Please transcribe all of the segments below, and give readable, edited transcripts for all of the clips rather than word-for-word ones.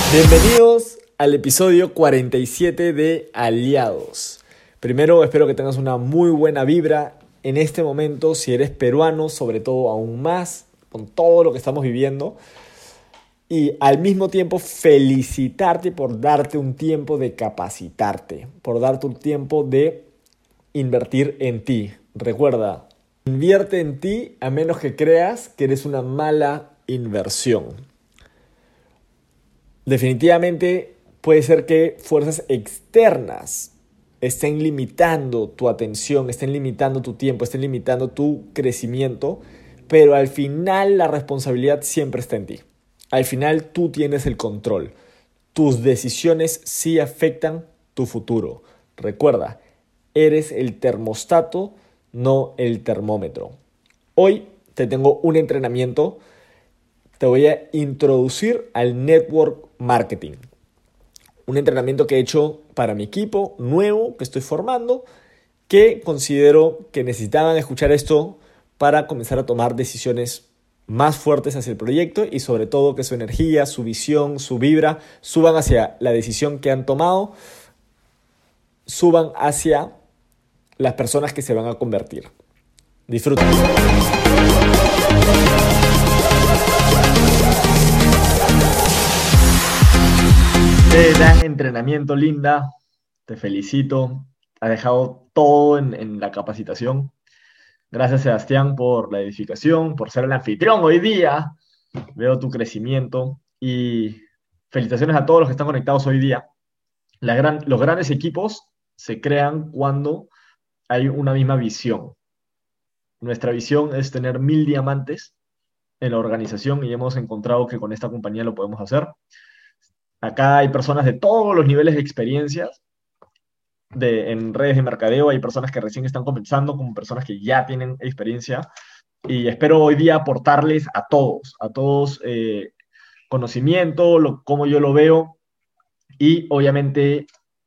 Bienvenidos al episodio 47 de Aliados. Primero, espero que tengas una muy buena vibra en este momento, si eres peruano, sobre todo aún más, con todo lo que estamos viviendo. Y al mismo tiempo felicitarte por darte un tiempo de capacitarte, por darte un tiempo de invertir en ti. Recuerda, invierte en ti a menos que creas que eres una mala inversión. Definitivamente puede ser que fuerzas externas estén limitando tu atención, estén limitando tu tiempo, estén limitando tu crecimiento, pero al final la responsabilidad siempre está en ti. Al final tú tienes el control. Tus decisiones sí afectan tu futuro. Recuerda, eres el termostato, no el termómetro. Hoy te tengo un entrenamiento. Te voy a introducir al network marketing. Un entrenamiento que he hecho para mi equipo nuevo que estoy formando, que considero que necesitaban escuchar esto para comenzar a tomar decisiones más fuertes hacia el proyecto y sobre todo que su energía, su visión, su vibra suban hacia la decisión que han tomado, suban hacia las personas que se van a convertir. Disfruta. Gran entrenamiento, Linda. Te felicito. Has dejado todo en la capacitación. Gracias, Sebastián, por la edificación, por ser el anfitrión hoy día. Veo tu crecimiento y felicitaciones a todos los que están conectados hoy día. Los grandes equipos se crean cuando hay una misma visión. Nuestra visión es tener 1000 diamantes en la organización y hemos encontrado que con esta compañía lo podemos hacer. Acá hay personas de todos los niveles de experiencias en redes de mercadeo. Hay personas que recién están comenzando, como personas que ya tienen experiencia. Y espero hoy día aportarles a todos conocimiento, cómo yo lo veo. Y obviamente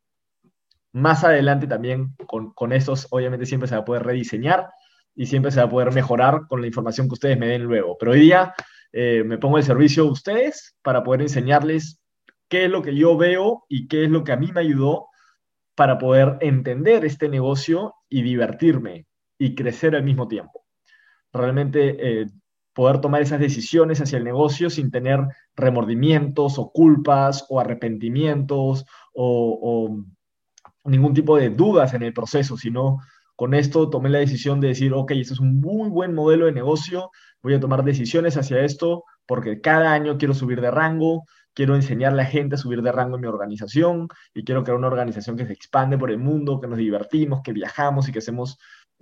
más adelante también con estos, obviamente siempre se va a poder rediseñar y siempre se va a poder mejorar con la información que ustedes me den luego. Pero hoy día me pongo al servicio de ustedes para poder enseñarles qué es lo que yo veo y qué es lo que a mí me ayudó para poder entender este negocio y divertirme y crecer al mismo tiempo. Realmente poder tomar esas decisiones hacia el negocio sin tener remordimientos o culpas o arrepentimientos o ningún tipo de dudas en el proceso, sino con esto tomé la decisión de decir, ok, este es un muy buen modelo de negocio, voy a tomar decisiones hacia esto porque cada año quiero subir de rango, quiero enseñarle a la gente a subir de rango en mi organización y quiero crear una organización que se expande por el mundo, que nos divertimos, que viajamos y que hacemos,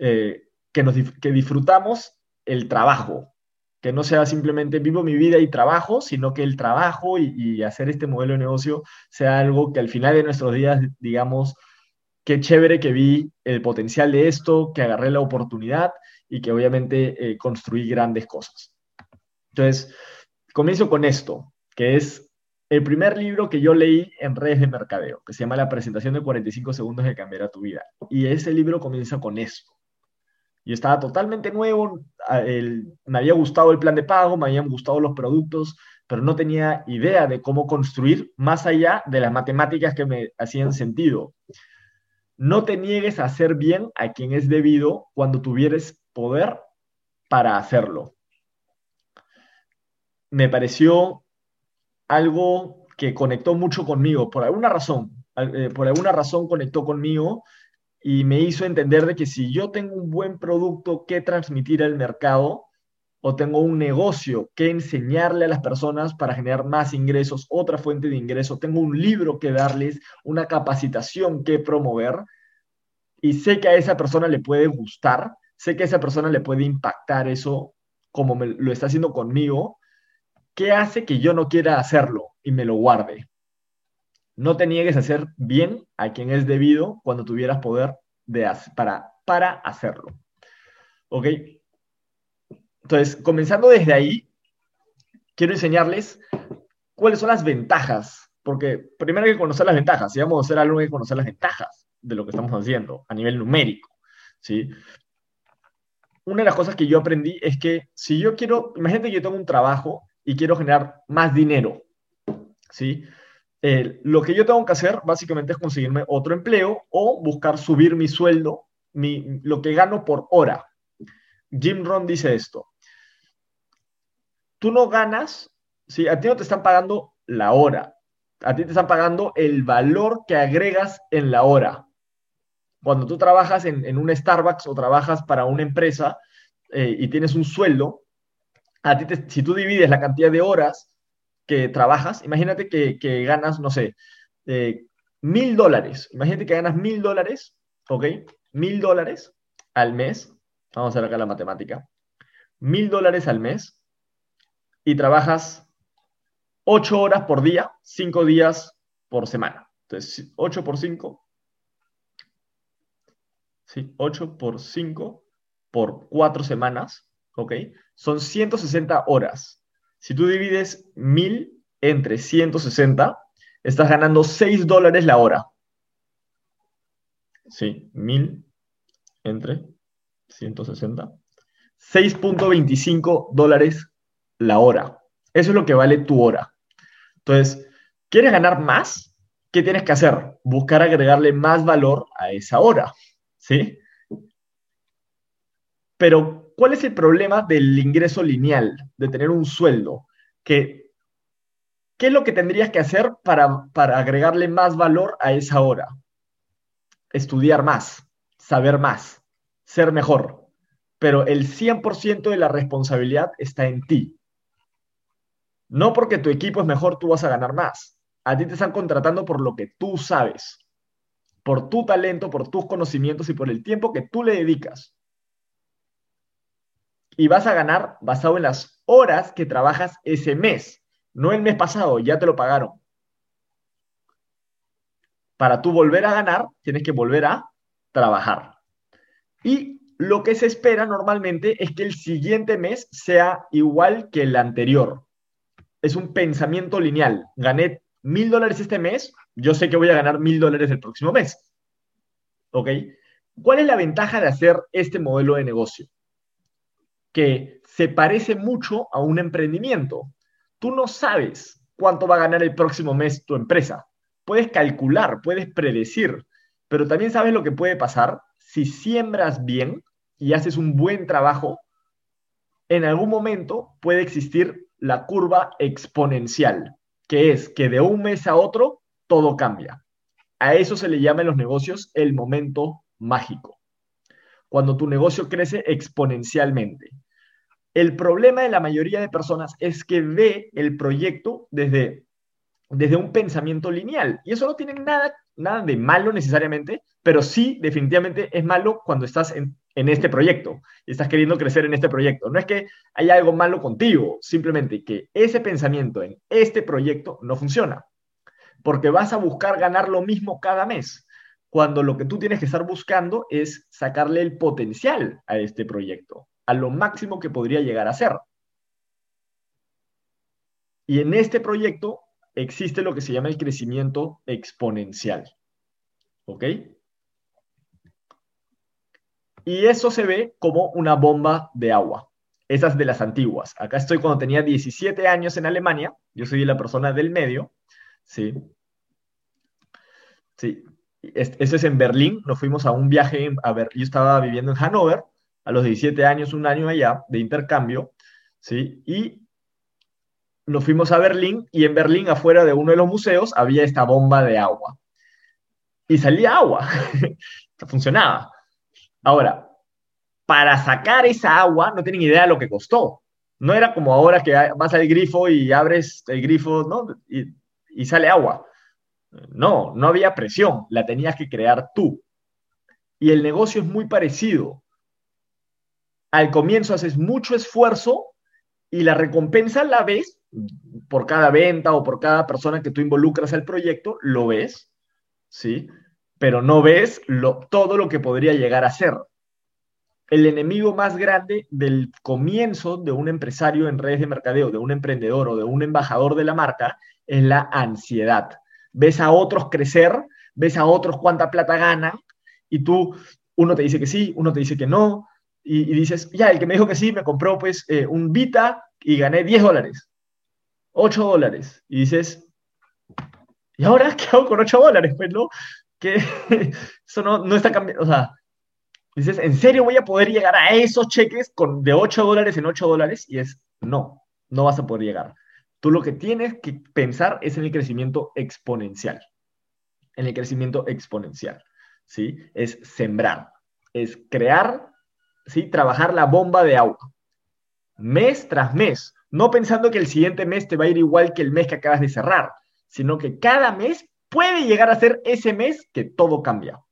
que disfrutamos el trabajo, que no sea simplemente vivo mi vida y trabajo, sino que el trabajo y hacer este modelo de negocio sea algo que al final de nuestros días, digamos, qué chévere que vi el potencial de esto, que agarré la oportunidad y que obviamente construí grandes cosas. Entonces, comienzo con esto, que es el primer libro que yo leí en redes de mercadeo, que se llama La presentación de 45 segundos que cambiará tu vida. Y ese libro comienza con esto. Yo estaba totalmente nuevo, me había gustado el plan de pago, me habían gustado los productos, pero no tenía idea de cómo construir más allá de las matemáticas que me hacían sentido. No te niegues a hacer bien a quien es debido cuando tuvieres poder para hacerlo. Me pareció algo que conectó mucho conmigo, por alguna razón conectó conmigo y me hizo entender de que si yo tengo un buen producto que transmitir al mercado o tengo un negocio que enseñarle a las personas para generar más ingresos, otra fuente de ingreso, tengo un libro que darles, una capacitación que promover, y sé que a esa persona le puede gustar, sé que a esa persona le puede impactar eso como lo está haciendo conmigo, ¿qué hace que yo no quiera hacerlo y me lo guarde? No te niegues a hacer bien a quien es debido cuando tuvieras poder para hacerlo. ¿Ok? Entonces, comenzando desde ahí, quiero enseñarles cuáles son las ventajas, porque primero hay que conocer las ventajas. Si vamos a hacer algo, hay que conocer las ventajas de lo que estamos haciendo a nivel numérico, ¿sí? Una de las cosas que yo aprendí es que si yo quiero, imagínate que yo tengo un trabajo y quiero generar más dinero, ¿sí? Lo que yo tengo que hacer básicamente es conseguirme otro empleo o buscar subir mi sueldo, lo que gano por hora. Jim Rohn dice esto: tú no ganas, ¿sí? A ti no te están pagando la hora, a ti te están pagando el valor que agregas en la hora. Cuando tú trabajas en un Starbucks o trabajas para una empresa y tienes un sueldo, si tú divides la cantidad de horas que trabajas, imagínate que ganas, no sé, eh, $1,000. Imagínate que ganas $1,000, ¿ok? $1,000 al mes. Vamos a hacer acá la matemática. $1,000 al mes y trabajas 8 horas por día, 5 días por semana. Entonces, 8 por 5, ¿sí? 8 por 5 por 4 semanas, ¿ok? Son 160 horas. Si tú divides 1,000 entre 160, estás ganando $6 la hora. Sí, 1,000 entre 160. $6.25 la hora. Eso es lo que vale tu hora. Entonces, ¿quieres ganar más? ¿Qué tienes que hacer? Buscar agregarle más valor a esa hora, ¿sí? Pero, ¿cuál es el problema del ingreso lineal, de tener un sueldo? Que, ¿Qué es lo que tendrías que hacer para agregarle más valor a esa hora? Estudiar más, saber más, ser mejor. Pero el 100% de la responsabilidad está en ti. No porque tu equipo es mejor, tú vas a ganar más. A ti te están contratando por lo que tú sabes, por tu talento, por tus conocimientos y por el tiempo que tú le dedicas. Y vas a ganar basado en las horas que trabajas ese mes, no el mes pasado, ya te lo pagaron. Para tú volver a ganar, tienes que volver a trabajar. Y lo que se espera normalmente es que el siguiente mes sea igual que el anterior. Es un pensamiento lineal. Gané $1,000 este mes, yo sé que voy a ganar $1,000 el próximo mes. ¿Ok? ¿Cuál es la ventaja de hacer este modelo de negocio? Que se parece mucho a un emprendimiento. Tú no sabes cuánto va a ganar el próximo mes tu empresa. Puedes calcular, puedes predecir, pero también sabes lo que puede pasar si siembras bien y haces un buen trabajo. En algún momento puede existir la curva exponencial, que es que de un mes a otro todo cambia. A eso se le llama en los negocios el momento mágico, cuando tu negocio crece exponencialmente. El problema de la mayoría de personas es que ve el proyecto desde un pensamiento lineal. Y eso no tiene nada de malo necesariamente, pero sí definitivamente es malo cuando estás en este proyecto y estás queriendo crecer en este proyecto. No es que haya algo malo contigo, simplemente que ese pensamiento en este proyecto no funciona, porque vas a buscar ganar lo mismo cada mes, cuando lo que tú tienes que estar buscando es sacarle el potencial a este proyecto, a lo máximo que podría llegar a ser. Y en este proyecto existe lo que se llama el crecimiento exponencial. ¿Ok? Y eso se ve como una bomba de agua. Esas de las antiguas. Acá estoy cuando tenía 17 años en Alemania. Yo soy la persona del medio. Sí. Sí. Eso es en Berlín. Nos fuimos a un viaje a ver. Yo estaba viviendo en Hannover a los 17 años, un año allá de intercambio. Sí. Y nos fuimos a Berlín y en Berlín, afuera de uno de los museos, había esta bomba de agua. Y salía agua. Funcionaba. Ahora, para sacar esa agua no tienen idea de lo que costó. No era como ahora que vas al grifo y abres el grifo, ¿no? Y sale agua. No, no había presión, la tenías que crear tú. Y el negocio es muy parecido. Al comienzo haces mucho esfuerzo y la recompensa la ves por cada venta o por cada persona que tú involucras al proyecto, lo ves, ¿sí? Pero no ves todo lo que podría llegar a ser. El enemigo más grande del comienzo de un empresario en redes de mercadeo, de un emprendedor o de un embajador de la marca, es la ansiedad. Ves a otros crecer, ves a otros cuánta plata ganan y tú, uno te dice que sí, uno te dice que no, y dices, ya, el que me dijo que sí me compró pues un Vita y gané $10, $8, y dices, ¿Y ahora qué hago con $8? Pues no, que eso no está cambiando. O sea, dices, ¿en serio voy a poder llegar a esos cheques de $8 en $8? Y es, no vas a poder llegar. Tú lo que tienes que pensar es en el crecimiento exponencial. En el crecimiento exponencial, ¿sí? Es sembrar, es crear, ¿sí? Trabajar la bomba de agua, mes tras mes, no pensando que el siguiente mes te va a ir igual que el mes que acabas de cerrar, sino que cada mes puede llegar a ser ese mes que todo cambia.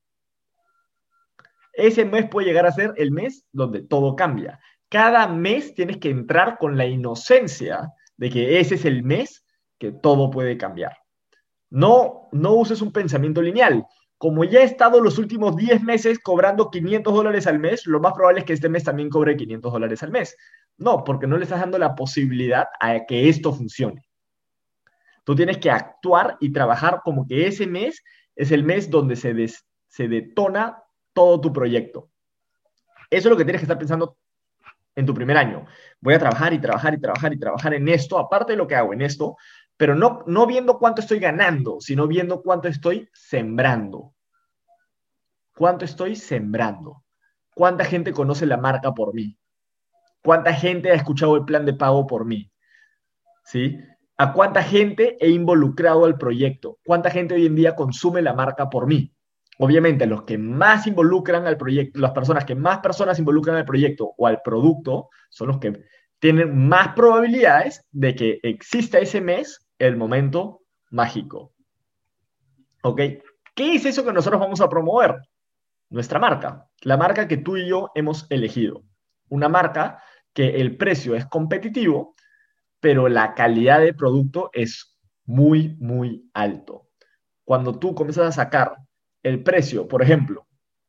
Ese mes puede llegar a ser el mes donde todo cambia. Cada mes tienes que entrar con la inocencia de que ese es el mes que todo puede cambiar. No uses un pensamiento lineal. Como ya he estado los últimos 10 meses cobrando $500 al mes, lo más probable es que este mes también cobre $500 al mes. No, porque no le estás dando la posibilidad a que esto funcione. Tú tienes que actuar y trabajar como que ese mes es el mes donde se detona todo tu proyecto. Eso es lo que tienes que estar pensando en tu primer año. Voy a trabajar y trabajar y trabajar y trabajar en esto, aparte de lo que hago en esto, pero no viendo cuánto estoy ganando, sino viendo cuánto estoy sembrando. ¿Cuánto estoy sembrando? ¿Cuánta gente conoce la marca por mí? ¿Cuánta gente ha escuchado el plan de pago por mí? ¿Sí? ¿A cuánta gente he involucrado al proyecto? ¿Cuánta gente hoy en día consume la marca por mí? Obviamente, los que más involucran al proyecto, las personas que más personas involucran al proyecto o al producto, son los que tienen más probabilidades de que exista ese mes el momento mágico. ¿Ok? ¿Qué es eso que nosotros vamos a promover? Nuestra marca, la marca que tú y yo hemos elegido. Una marca que el precio es competitivo, pero la calidad de producto es muy, muy alto. Cuando tú comienzas a sacar el precio, por ejemplo,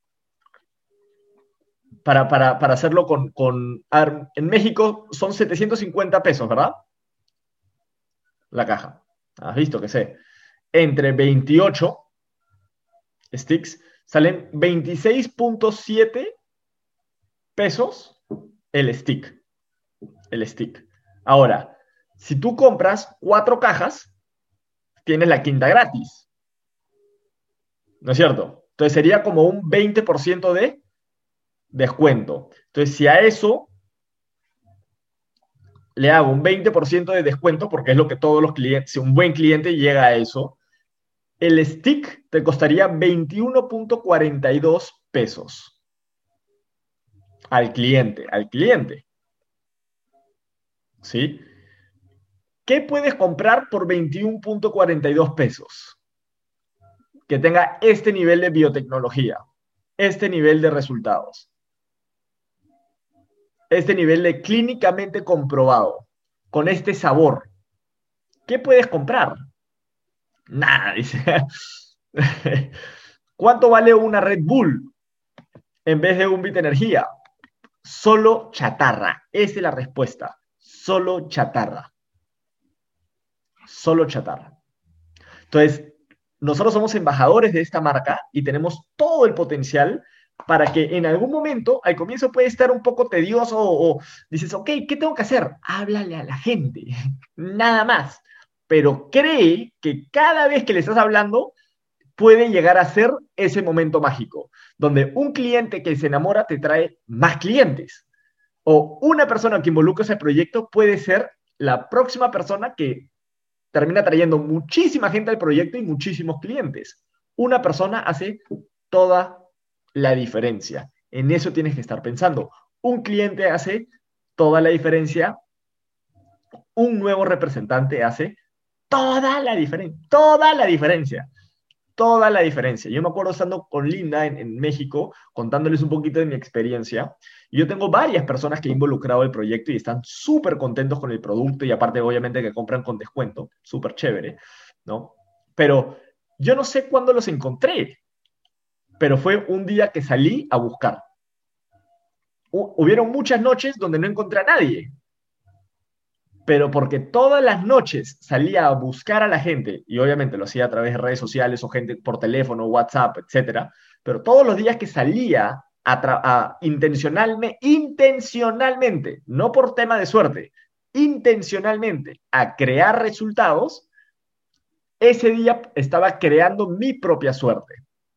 para hacerlo a ver, en México son 750 pesos, ¿verdad? La caja. Has visto que sé. Entre 28 sticks salen 26.7 pesos el stick. El stick. Ahora, si tú compras 4 cajas, tienes la quinta gratis. ¿No es cierto? Entonces sería como un 20% de descuento. Entonces, si a eso le hago un 20% de descuento, porque es lo que todos los clientes, si un buen cliente llega a eso, el stick te costaría 21.42 pesos al cliente, ¿sí? ¿Qué puedes comprar por 21.42 pesos? Que tenga este nivel de biotecnología, este nivel de resultados, este nivel de clínicamente comprobado, con este sabor. ¿Qué puedes comprar? Nada, dice. ¿Cuánto vale una Red Bull en vez de un Bit Energía? Solo chatarra. Esa es la respuesta. Solo chatarra. Solo chatarra. Entonces, nosotros somos embajadores de esta marca y tenemos todo el potencial para que en algún momento, al comienzo puede estar un poco tedioso o dices, ok, ¿qué tengo que hacer? Háblale a la gente, nada más. Pero cree que cada vez que le estás hablando, puede llegar a ser ese momento mágico, donde un cliente que se enamora te trae más clientes. O una persona que involucra ese proyecto puede ser la próxima persona que termina trayendo muchísima gente al proyecto y muchísimos clientes. Una persona hace toda la diferencia. En eso tienes que estar pensando. Un cliente hace toda la diferencia. Un nuevo representante hace toda la diferencia. Toda la diferencia. Toda la diferencia. Yo me acuerdo estando con Linda en México, contándoles un poquito de mi experiencia. Y yo tengo varias personas que he involucrado el proyecto y están súper contentos con el producto y aparte, obviamente, que compran con descuento. Súper chévere, ¿no? Pero yo no sé cuándo los encontré, pero fue un día que salí a buscar. Hubieron muchas noches donde no encontré a nadie, pero porque todas las noches salía a buscar a la gente, y obviamente lo hacía a través de redes sociales o gente por teléfono, WhatsApp, etcétera, pero todos los días que salía intencionalmente, no por tema de suerte, intencionalmente a crear resultados, ese día estaba creando mi propia suerte.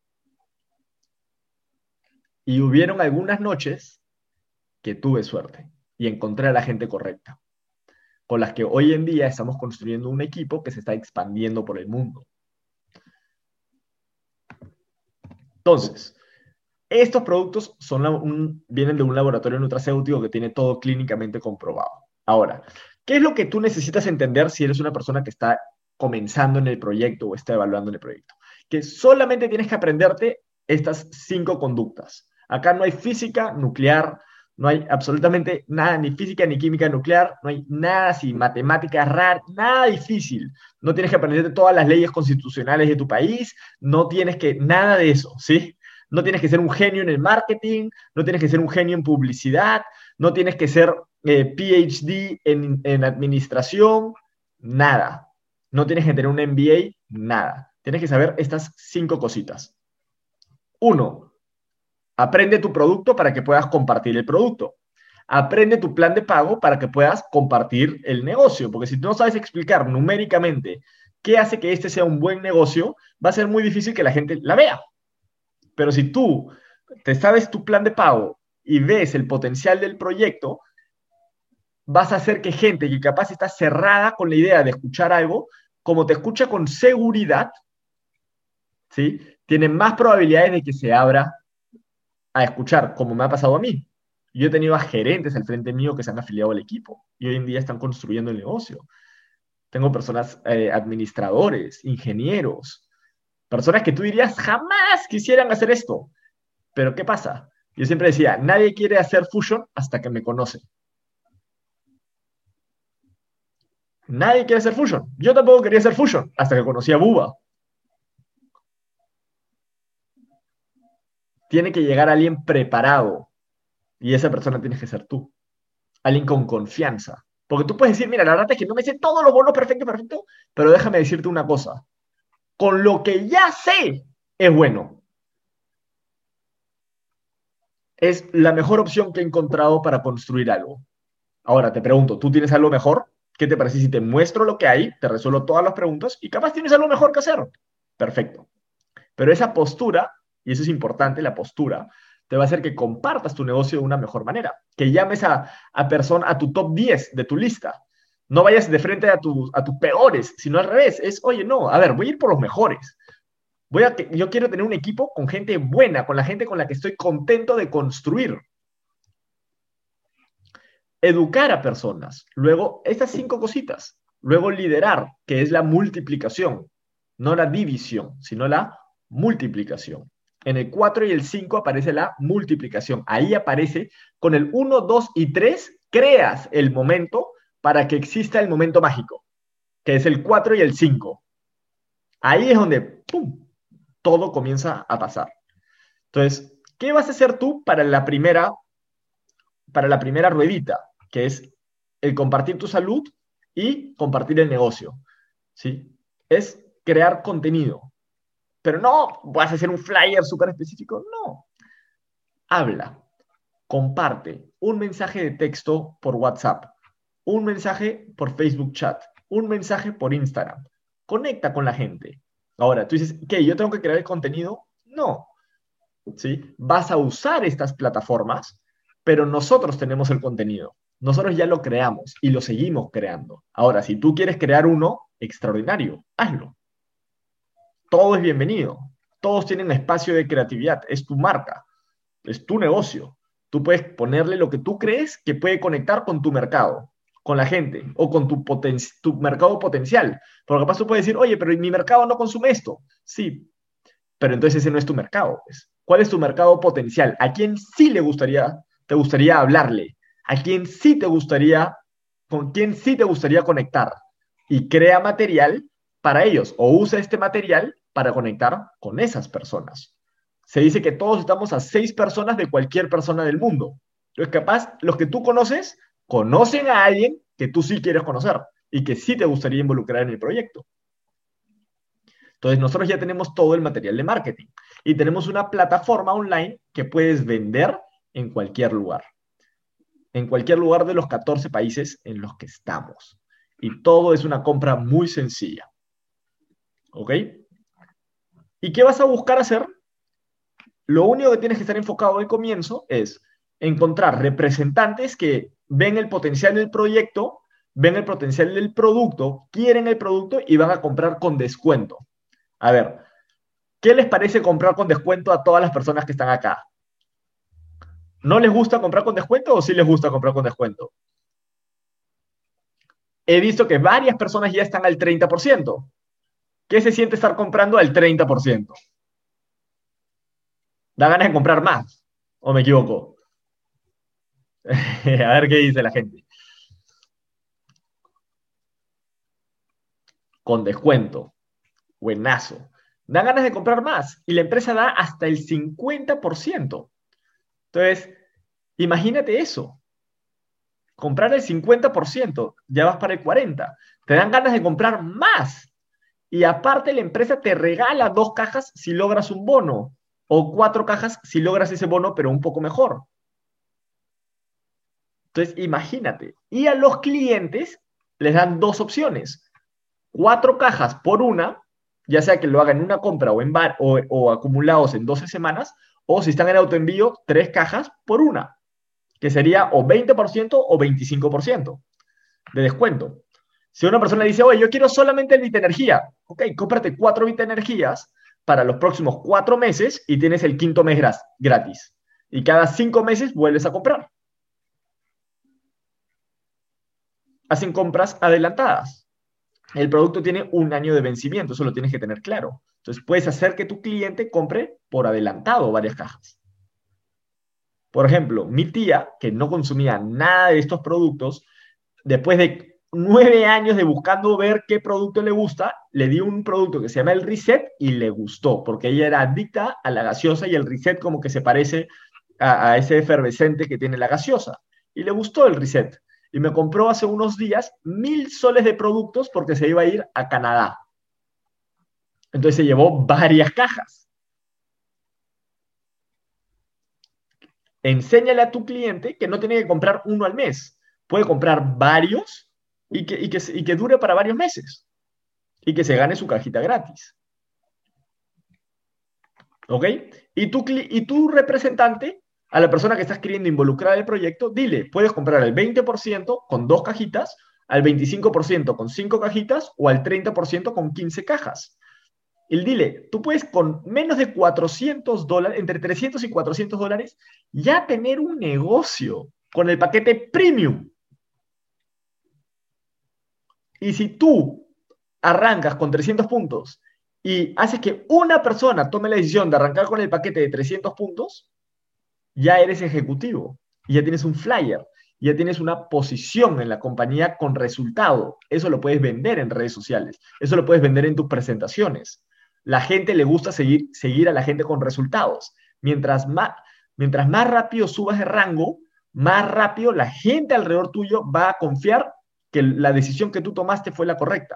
Y hubieron algunas noches que tuve suerte y encontré a la gente correcta, con las que hoy en día estamos construyendo un equipo que se está expandiendo por el mundo. Entonces, estos productos vienen de un laboratorio nutracéutico que tiene todo clínicamente comprobado. Ahora, ¿qué es lo que tú necesitas entender si eres una persona que está comenzando en el proyecto o está evaluando en el proyecto? Que solamente tienes que aprenderte estas 5 conductas. Acá no hay física nuclear, no hay absolutamente nada, ni física ni química nuclear, no hay nada así, matemáticas raras, nada difícil. No tienes que aprenderte todas las leyes constitucionales de tu país, no tienes que, nada de eso, ¿sí? No tienes que ser un genio en el marketing, no tienes que ser un genio en publicidad, no tienes que ser PhD en administración, nada. No tienes que tener un MBA, nada. Tienes que saber estas 5 cositas. 1, aprende tu producto para que puedas compartir el producto. Aprende tu plan de pago para que puedas compartir el negocio, porque si tú no sabes explicar numéricamente qué hace que este sea un buen negocio, va a ser muy difícil que la gente la vea. Pero si tú te sabes tu plan de pago y ves el potencial del proyecto, vas a hacer que gente que capaz está cerrada con la idea de escuchar algo, como te escucha con seguridad, ¿sí? Tiene más probabilidades de que se abra a escuchar, como me ha pasado a mí. Yo he tenido a gerentes al frente mío que se han afiliado al equipo y hoy en día están construyendo el negocio. Tengo personas, administradores, ingenieros, personas que tú dirías jamás quisieran hacer esto. Pero ¿qué pasa? Yo siempre decía, nadie quiere hacer fusion hasta que me conoce. Nadie quiere hacer fusion. Yo tampoco quería hacer fusion hasta que conocí a Buba. Tiene que llegar alguien preparado y esa persona tienes que ser tú. Alguien con confianza. Porque tú puedes decir, mira, la verdad es que no me sé todo lo bueno, perfecto, perfecto, pero déjame decirte una cosa. Con lo que ya sé es bueno. Es la mejor opción que he encontrado para construir algo. Ahora te pregunto, ¿tú tienes algo mejor? ¿Qué te parece si te muestro lo que hay, te resuelvo todas las preguntas y capaz tienes algo mejor que hacer? Perfecto. Pero esa postura, y eso es importante, la postura, te va a hacer que compartas tu negocio de una mejor manera, que llames a tu top 10 de tu lista. No vayas de frente a tus peores, sino al revés. Es, oye, no, a ver, voy a ir por los mejores. Yo quiero tener un equipo con gente buena, con la gente con la que estoy contento de construir. Educar a personas. Luego, estas 5 cositas. Luego, liderar, que es la multiplicación. No la división, sino la multiplicación. En el 4 y el 5 aparece la multiplicación. Ahí aparece con el 1, 2 y 3, creas el momento para que exista el momento mágico, que es el 4 y el 5. Ahí es donde, ¡pum!, todo comienza a pasar. Entonces, ¿qué vas a hacer tú para la primera ruedita? Que es el compartir tu salud y compartir el negocio, ¿sí? Es crear contenido. Pero no vas a hacer un flyer súper específico, no. Habla, comparte un mensaje de texto por WhatsApp, un mensaje por Facebook Chat, un mensaje por Instagram. Conecta con la gente. Ahora, tú dices, ¿qué? ¿Yo tengo que crear el contenido? No. ¿Sí? Vas a usar estas plataformas, pero nosotros tenemos el contenido. Nosotros ya lo creamos y lo seguimos creando. Ahora, si tú quieres crear uno extraordinario, hazlo. Todo es bienvenido. Todos tienen espacio de creatividad. Es tu marca, es tu negocio. Tú puedes ponerle lo que tú crees que puede conectar con tu mercado, con la gente o con tu mercado potencial. Porque capaz tú puedes decir, oye, pero mi mercado no consume esto. Sí, pero entonces ese no es tu mercado, pues. ¿Cuál es tu mercado potencial? ¿A quién sí te gustaría hablarle? ¿A quién sí te gustaría, con quién sí te gustaría conectar? Y crea material para ellos o usa este material para conectar con esas personas. Se dice que todos estamos a 6 personas de cualquier persona del mundo. Entonces, capaz, los que tú conoces, conocen a alguien que tú sí quieres conocer y que sí te gustaría involucrar en el proyecto. Entonces, nosotros ya tenemos todo el material de marketing y tenemos una plataforma online que puedes vender en cualquier lugar de los 14 países en los que estamos. Y todo es una compra muy sencilla. ¿Ok? ¿Y qué vas a buscar hacer? Lo único que tienes que estar enfocado al comienzo es encontrar representantes que ven el potencial del proyecto, ven el potencial del producto, quieren el producto y van a comprar con descuento. A ver, ¿qué les parece comprar con descuento a todas las personas que están acá? ¿No les gusta comprar con descuento o sí les gusta comprar con descuento? He visto que varias personas ya están al 30%. ¿Qué se siente estar comprando al 30%? Da ganas de comprar más, ¿o me equivoco? A ver qué dice la gente. Con descuento. Buenazo. Da ganas de comprar más y la empresa da hasta el 50%. Entonces, imagínate eso. Comprar el 50%, ya vas para el 40%. Te dan ganas de comprar más. Y aparte la empresa te regala 2 cajas si logras un bono o 4 cajas si logras ese bono, pero un poco mejor. Entonces, imagínate. Y a los clientes les dan 2 opciones. 4 cajas por una, ya sea que lo hagan en una compra o, o acumulados en 12 semanas, o si están en autoenvío, 3 cajas por una, que sería o 20% o 25% de descuento. Si una persona dice, oye, yo quiero solamente el Vitenergía, ok, cómprate 4 Vitenergías para los próximos 4 meses y tienes el quinto mes gratis. Y cada 5 meses vuelves a comprar. Hacen compras adelantadas. El producto tiene un año de vencimiento, eso lo tienes que tener claro. Entonces puedes hacer que tu cliente compre por adelantado varias cajas. Por ejemplo, mi tía, que no consumía nada de estos productos, después de 9 años de buscando ver qué producto le gusta, le di un producto que se llama el Reset y le gustó, porque ella era adicta a la gaseosa y el Reset como que se parece a ese efervescente que tiene la gaseosa. Y le gustó el Reset. Y me compró hace unos días 1.000 soles de productos porque se iba a ir a Canadá. Entonces se llevó varias cajas. Enséñale a tu cliente que no tiene que comprar uno al mes. Puede comprar varios y que dure para varios meses. Y que se gane su cajita gratis. ¿Ok? Y tu representante, a la persona que estás queriendo involucrar en el proyecto, dile, puedes comprar al 20% con 2 cajitas, al 25% con 5 cajitas o al 30% con 15 cajas. Y dile, tú puedes con menos de $400, entre 300 y $400, ya tener un negocio con el paquete premium. Y si tú arrancas con 300 puntos y haces que una persona tome la decisión de arrancar con el paquete de 300 puntos, ya eres ejecutivo, y ya tienes un flyer, ya tienes una posición en la compañía con resultado. Eso lo puedes vender en redes sociales, eso lo puedes vender en tus presentaciones. La gente le gusta seguir a la gente con resultados. Mientras más rápido subas de rango, más rápido la gente alrededor tuyo va a confiar que la decisión que tú tomaste fue la correcta.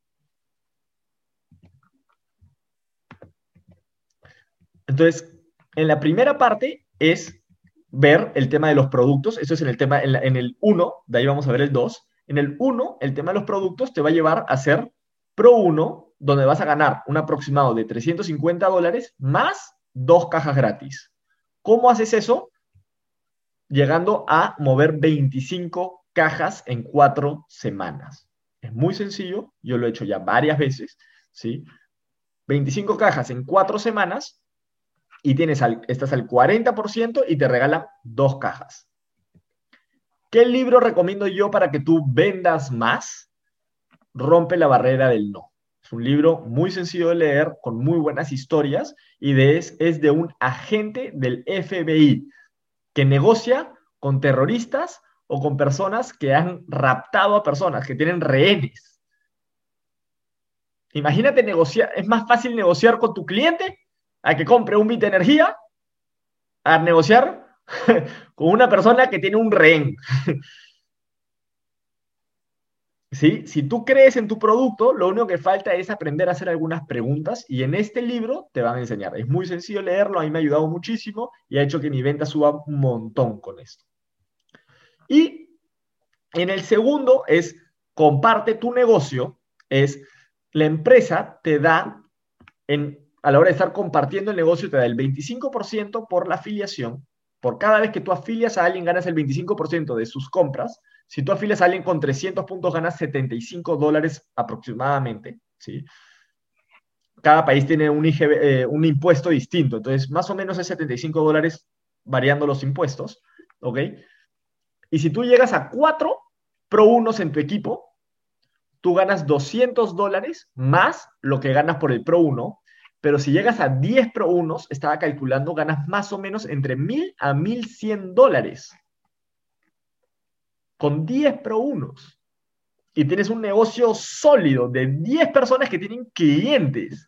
Entonces, en la primera parte es ver el tema de los productos. Eso es en el tema, en el 1, de ahí vamos a ver el 2. En el 1, el tema de los productos te va a llevar a ser Pro 1, donde vas a ganar un aproximado de $350 más 2 cajas gratis. ¿Cómo haces eso? Llegando a mover 25 cajas en 4 semanas. Es muy sencillo, yo lo he hecho ya varias veces, ¿sí? 25 cajas en 4 semanas y estás al 40% y te regalan 2 cajas. ¿Qué libro recomiendo yo para que tú vendas más? Rompe la barrera del no. Es un libro muy sencillo de leer, con muy buenas historias, y es de un agente del FBI que negocia con terroristas o con personas que han raptado a personas, que tienen rehenes. Imagínate negociar, es más fácil negociar con tu cliente a que compre un bit de energía a negociar con una persona que tiene un rehén. ¿Sí? Si tú crees en tu producto, lo único que falta es aprender a hacer algunas preguntas y en este libro te van a enseñar. Es muy sencillo leerlo, a mí me ha ayudado muchísimo y ha hecho que mi venta suba un montón con esto. Y en el segundo es comparte tu negocio, es la empresa te da, a la hora de estar compartiendo el negocio, te da el 25% por la afiliación. Por cada vez que tú afilias a alguien, ganas el 25% de sus compras. Si tú afilias a alguien con 300 puntos, ganas $75 aproximadamente, ¿sí? Cada país tiene un impuesto distinto, entonces más o menos es $75 variando los impuestos, ¿ok? Y si tú llegas a 4 Pro 1 en tu equipo, tú ganas $200 más lo que ganas por el Pro 1, pero si llegas a 10 Pro 1, estaba calculando, ganas más o menos entre $1,000 a $1,100 con 10 Pro 1. Y tienes un negocio sólido de 10 personas que tienen clientes.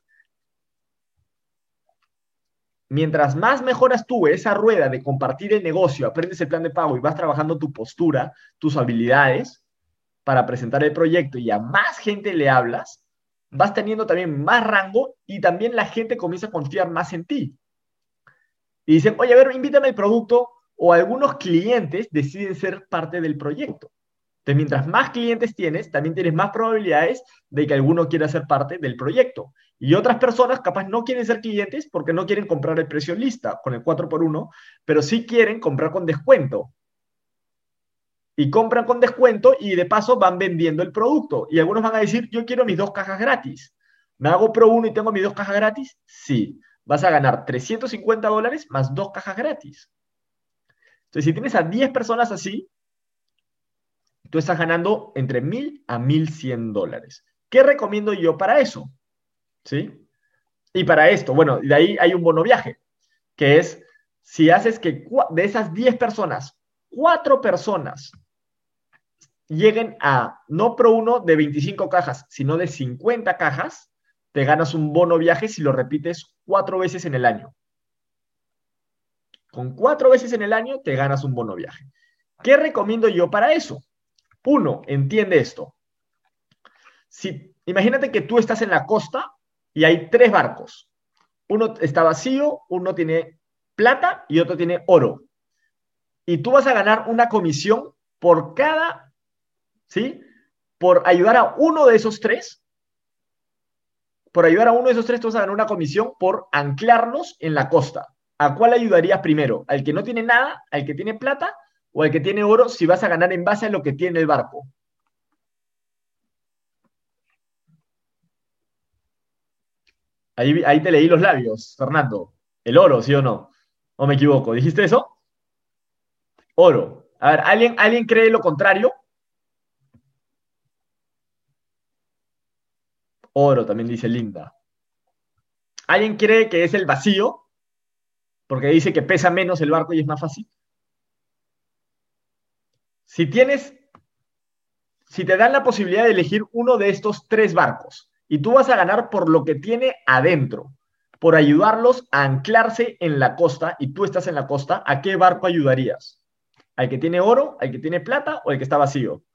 Mientras más mejoras tú esa rueda de compartir el negocio, aprendes el plan de pago y vas trabajando tu postura, tus habilidades para presentar el proyecto y a más gente le hablas, vas teniendo también más rango y también la gente comienza a confiar más en ti. Y dicen, oye, a ver, invítame el producto, o algunos clientes deciden ser parte del proyecto. Entonces, mientras más clientes tienes, también tienes más probabilidades de que alguno quiera ser parte del proyecto. Y otras personas capaz no quieren ser clientes porque no quieren comprar el precio lista con el 4x1, pero sí quieren comprar con descuento. Y compran con descuento y de paso van vendiendo el producto. Y algunos van a decir, yo quiero mis 2 cajas gratis. ¿Me hago Pro 1 y tengo mis 2 cajas gratis? Sí. Vas a ganar $350 más 2 cajas gratis. Entonces, si tienes a 10 personas así, tú estás ganando entre $1,000 a $1,100. ¿Qué recomiendo yo para eso? ¿Sí? Y para esto, bueno, de ahí hay un bono viaje, que es si haces que de esas 10 personas, 4 personas lleguen a no Pro 1 de 25 cajas, sino de 50 cajas, te ganas un bono viaje si lo repites 4 veces en el año. Con 4 veces en el año te ganas un bono viaje. ¿Qué recomiendo yo para eso? Uno, entiende esto. Imagínate que tú estás en la costa y hay 3 barcos. Uno está vacío, uno tiene plata y otro tiene oro. Y tú vas a ganar una comisión por cada, ¿sí? Por ayudar a uno de esos 3. Por ayudar a uno de esos 3, tú vas a ganar una comisión por anclarlos en la costa. ¿A cuál ayudarías primero? ¿Al que no tiene nada, al que tiene plata o al que tiene oro si vas a ganar en base a lo que tiene el barco? Ahí te leí los labios, Fernando. El oro, ¿sí o no? ¿O me equivoco? ¿Dijiste eso? Oro. A ver, ¿alguien cree lo contrario? Oro, también dice Linda. ¿Alguien cree que es el vacío? Porque dice que pesa menos el barco y es más fácil. Si tienes, si te dan la posibilidad de elegir uno de estos 3 barcos y tú vas a ganar por lo que tiene adentro, por ayudarlos a anclarse en la costa y tú estás en la costa, ¿a qué barco ayudarías? ¿Al que tiene oro, al que tiene plata o al que está vacío?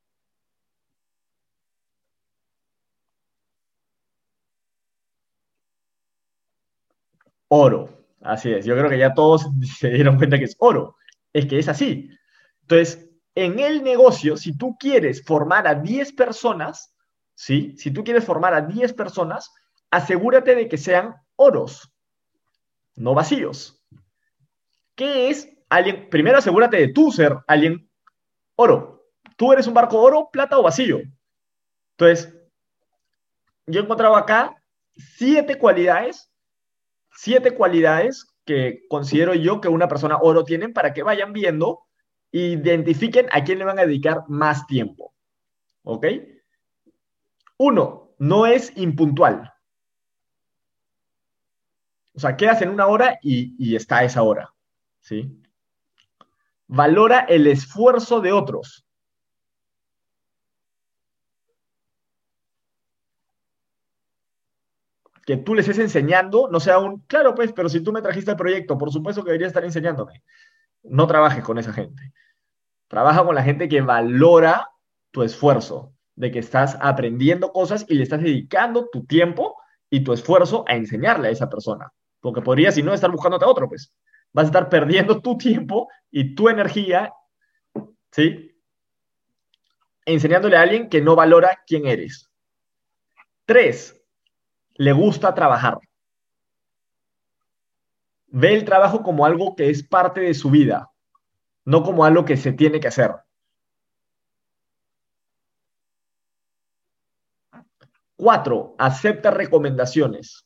Oro. Así es. Yo creo que ya todos se dieron cuenta que es oro. Es que es así. Entonces, en el negocio, si tú quieres formar a 10 personas, ¿sí? Si tú quieres formar a 10 personas, asegúrate de que sean oros, no vacíos. ¿Qué es alguien? Primero asegúrate de tú ser alguien oro. Tú eres un barco oro, plata o vacío. Entonces, yo he encontrado acá 7 cualidades, 7 cualidades que considero yo que una persona oro tiene para que vayan viendo e identifiquen a quién le van a dedicar más tiempo. ¿Ok? Uno, no es impuntual. O sea, quedas en una hora y está a esa hora. ¿Sí? Valora el esfuerzo de otros. Que tú les estés enseñando, no sea claro, pues, pero si tú me trajiste el proyecto, por supuesto que deberías estar enseñándome. No trabajes con esa gente. Trabaja con la gente que valora tu esfuerzo, de que estás aprendiendo cosas y le estás dedicando tu tiempo y tu esfuerzo a enseñarle a esa persona. Porque podrías, si no, estar buscándote a otro, pues. Vas a estar perdiendo tu tiempo y tu energía, ¿sí? Enseñándole a alguien que no valora quién eres. 3, le gusta trabajar. Ve el trabajo como algo que es parte de su vida, no como algo que se tiene que hacer. 4, acepta recomendaciones.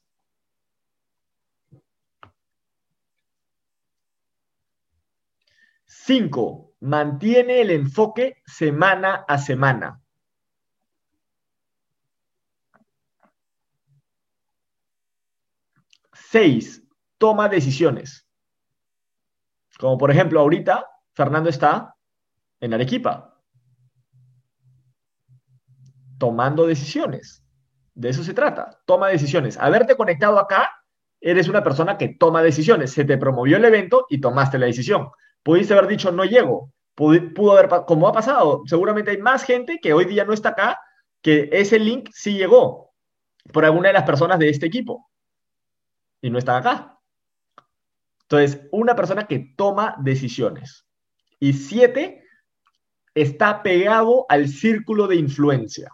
5, mantiene el enfoque semana a semana. 6, toma decisiones. Como por ejemplo, ahorita Fernando está en Arequipa, tomando decisiones. De eso se trata, toma decisiones. Haberte conectado acá, eres una persona que toma decisiones. Se te promovió el evento y tomaste la decisión. Pudiste haber dicho no llego, pudo haber, como ha pasado, seguramente hay más gente que hoy día no está acá, que ese link sí llegó por alguna de las personas de este equipo y no están acá. Entonces, una persona que toma decisiones. Y 7, está pegado al círculo de influencia.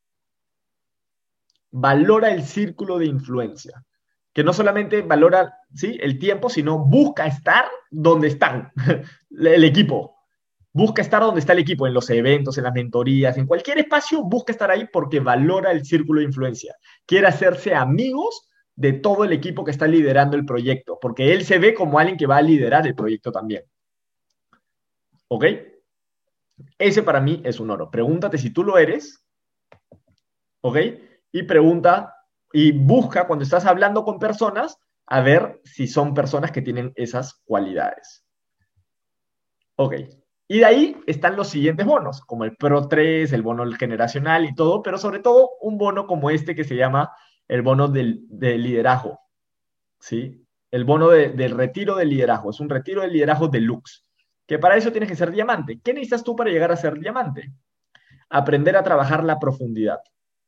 Valora el círculo de influencia. Que no solamente valora, ¿sí?, el tiempo, sino busca estar donde están el equipo. Busca estar donde está el equipo, en los eventos, en las mentorías, en cualquier espacio, busca estar ahí porque valora el círculo de influencia. Quiere hacerse amigos de todo el equipo que está liderando el proyecto, porque él se ve como alguien que va a liderar el proyecto también. ¿Ok? Ese para mí es un oro. Pregúntate si tú lo eres, ¿ok? Y pregunta y busca cuando estás hablando con personas a ver si son personas que tienen esas cualidades. Ok. Y de ahí están los siguientes bonos, como el Pro 3, el bono generacional y todo, pero sobre todo un bono como este que se llama el bono del liderazgo, ¿sí? El bono del retiro del liderazgo. Es un retiro del liderazgo deluxe, que para eso tienes que ser diamante. ¿Qué necesitas tú para llegar a ser diamante? Aprender a trabajar la profundidad.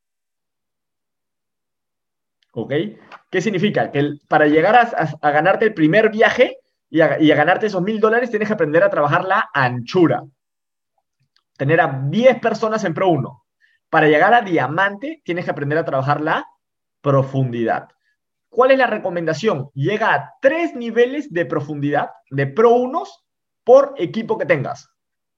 ¿Ok? ¿Qué significa? Que para llegar a ganarte el primer viaje y a ganarte esos $1,000, tienes que aprender a trabajar la anchura. Tener a 10 personas en Pro 1. Para llegar a diamante, tienes que aprender a trabajar la profundidad. ¿Cuál es la recomendación? Llega a 3 niveles de profundidad de Pro 1 por equipo que tengas.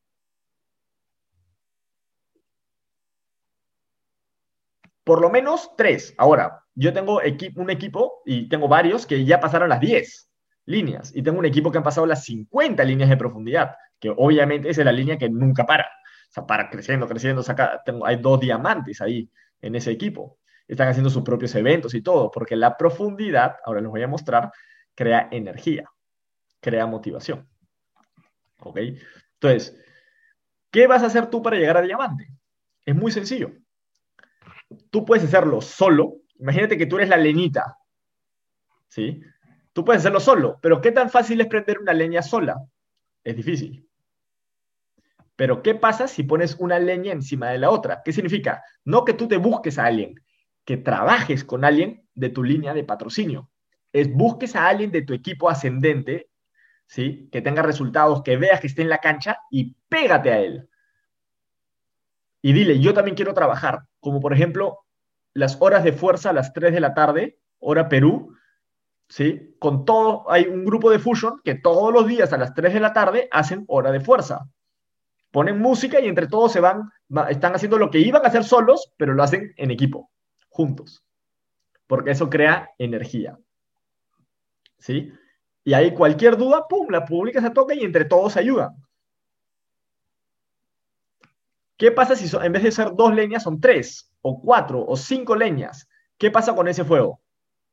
Por lo menos 3. Ahora, yo tengo un equipo y tengo varios que ya pasaron las 10 líneas y tengo un equipo que han pasado las 50 líneas de profundidad, que obviamente esa es la línea que nunca para. O sea, para creciendo, creciendo, hay 2 diamantes ahí en ese equipo. Están haciendo sus propios eventos y todo, porque la profundidad, ahora les voy a mostrar, crea energía, crea motivación. ¿Ok? Entonces, ¿qué vas a hacer tú para llegar a diamante? Es muy sencillo. Tú puedes hacerlo solo. Imagínate que tú eres la leñita, ¿sí? Tú puedes hacerlo solo, pero ¿qué tan fácil es prender una leña sola? Es difícil. Pero ¿qué pasa si pones una leña encima de la otra? ¿Qué significa? No que tú te busques a alguien, que trabajes con alguien de tu línea de patrocinio. Es busques a alguien de tu equipo ascendente, ¿sí? Que tenga resultados, que veas que esté en la cancha y pégate a él. Y dile, yo también quiero trabajar, como por ejemplo las horas de fuerza a las 3 de la tarde, hora Perú, ¿sí? Con todo, hay un grupo de Fusion que todos los días a las 3 de la tarde hacen hora de fuerza. Ponen música y entre todos están haciendo lo que iban a hacer solos, pero lo hacen en equipo, juntos, porque eso crea energía, ¿sí? Y ahí cualquier duda, pum, la publicas a toque y entre todos se ayudan. ¿Qué pasa si en vez de ser 2 leñas son 3, o 4, o 5 leñas? ¿Qué pasa con ese fuego?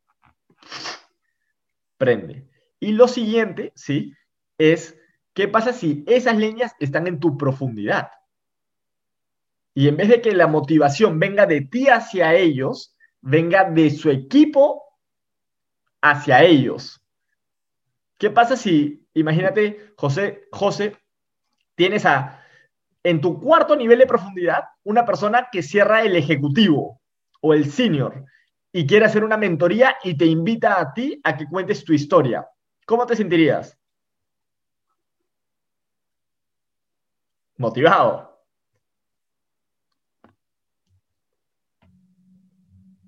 Prende. Y lo siguiente, ¿sí? Es, ¿qué pasa si esas leñas están en tu profundidad? Y en vez de que la motivación venga de ti hacia ellos, venga de su equipo hacia ellos. ¿Qué pasa si, imagínate, José, tienes en tu cuarto nivel de profundidad una persona que cierra el ejecutivo o el senior y quiere hacer una mentoría y te invita a ti a que cuentes tu historia? ¿Cómo te sentirías? Motivado.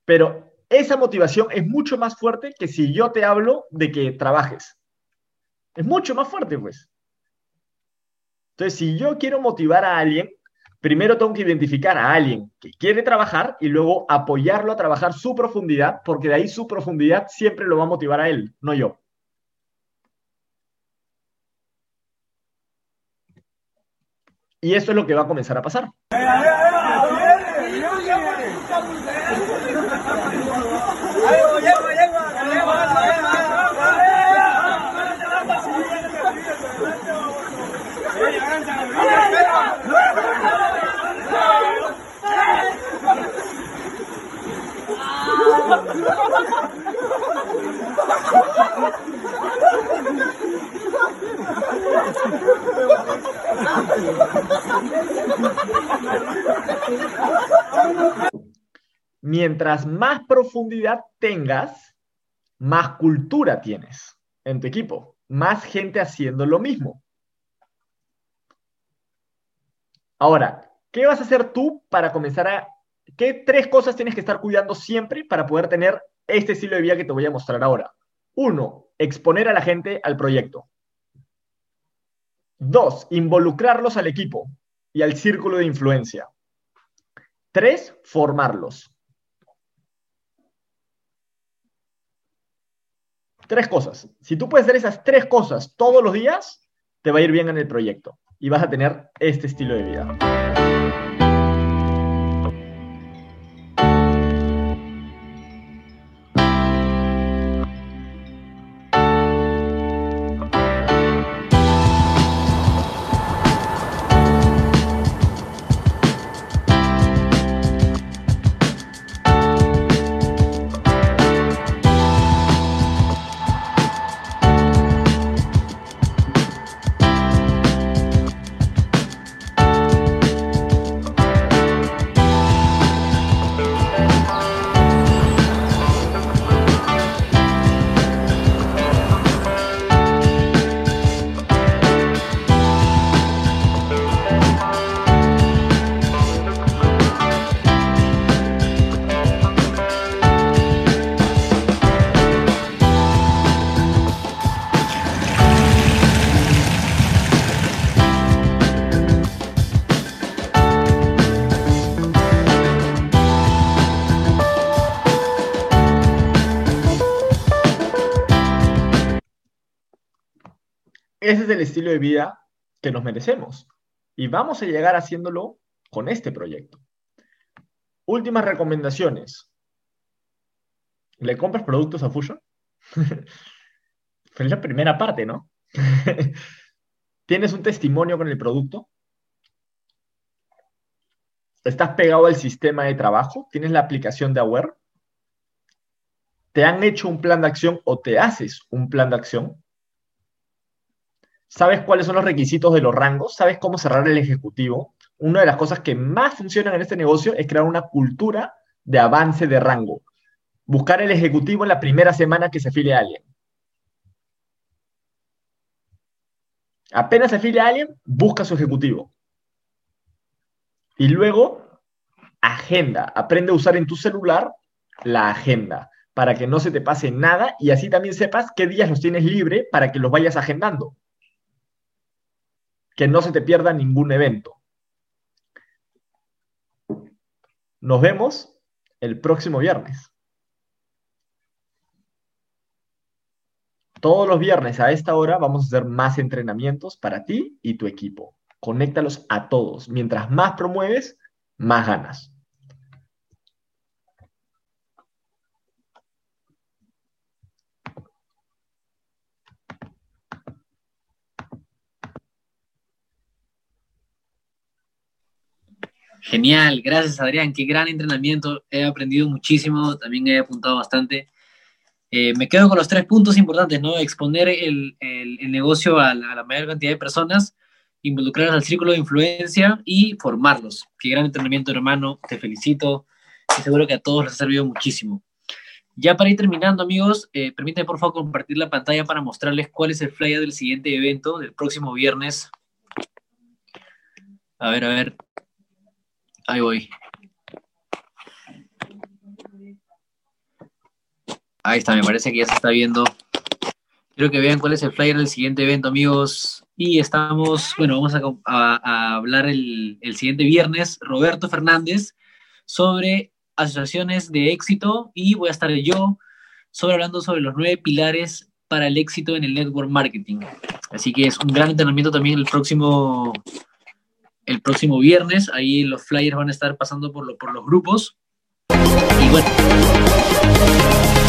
Pero esa motivación es mucho más fuerte que si yo te hablo de que trabajes. Es mucho más fuerte, pues. Entonces, si yo quiero motivar a alguien, primero tengo que identificar a alguien que quiere trabajar y luego apoyarlo a trabajar su profundidad, porque de ahí su profundidad siempre lo va a motivar a él, no yo. Y eso es lo que va a comenzar a pasar. Mientras más profundidad tengas, más cultura tienes en tu equipo, más gente haciendo lo mismo. Ahora, ¿qué vas a hacer tú para comenzar a... ¿Qué tres cosas tienes que estar cuidando siempre para poder tener este estilo de vida que te voy a mostrar ahora? Uno, exponer a la gente al proyecto. Dos, involucrarlos al equipo y al círculo de influencia. Tres, formarlos. Tres cosas. Si tú puedes hacer esas tres cosas todos los días, te va a ir bien en el proyecto y vas a tener este estilo de vida. Ese es el estilo de vida que nos merecemos. Y vamos a llegar haciéndolo con este proyecto. Últimas recomendaciones. ¿Le compras productos a Fusion? Fue la primera parte, ¿no? ¿Tienes un testimonio con el producto? ¿Estás pegado al sistema de trabajo? ¿Tienes la aplicación de Aware? ¿Te han hecho un plan de acción o te haces un plan de acción? ¿Sabes cuáles son los requisitos de los rangos? ¿Sabes cómo cerrar el ejecutivo? Una de las cosas que más funcionan en este negocio es crear una cultura de avance de rango. Buscar el ejecutivo en la primera semana que se afile a alguien. Apenas se afile a alguien, busca su ejecutivo. Y luego, agenda. Aprende a usar en tu celular la agenda para que no se te pase nada y así también sepas qué días los tienes libre para que los vayas agendando. Que no se te pierda ningún evento. Nos vemos el próximo viernes. Todos los viernes a esta hora vamos a hacer más entrenamientos para ti y tu equipo. Conéctalos a todos. Mientras más promueves, más ganas. Genial, gracias Adrián, qué gran entrenamiento, he aprendido muchísimo, también he apuntado bastante. Me quedo con los tres puntos importantes, ¿no? Exponer el negocio a la mayor cantidad de personas, involucrarlos al círculo de influencia y formarlos. Qué gran entrenamiento, hermano, te felicito y seguro que a todos les ha servido muchísimo. Ya para ir terminando, amigos, permítanme por favor compartir la pantalla para mostrarles cuál es el flyer del siguiente evento del próximo viernes. A ver, ahí voy. Ahí está, me parece que ya se está viendo. Quiero que vean cuál es el flyer del siguiente evento, amigos. Y estamos, bueno, vamos a hablar el siguiente viernes, Roberto Fernández, sobre asociaciones de éxito, y voy a estar yo hablando sobre los 9 pilares para el éxito en el network marketing. Así que es un gran entrenamiento también el próximo viernes. Ahí los flyers van a estar pasando por los grupos. Y bueno.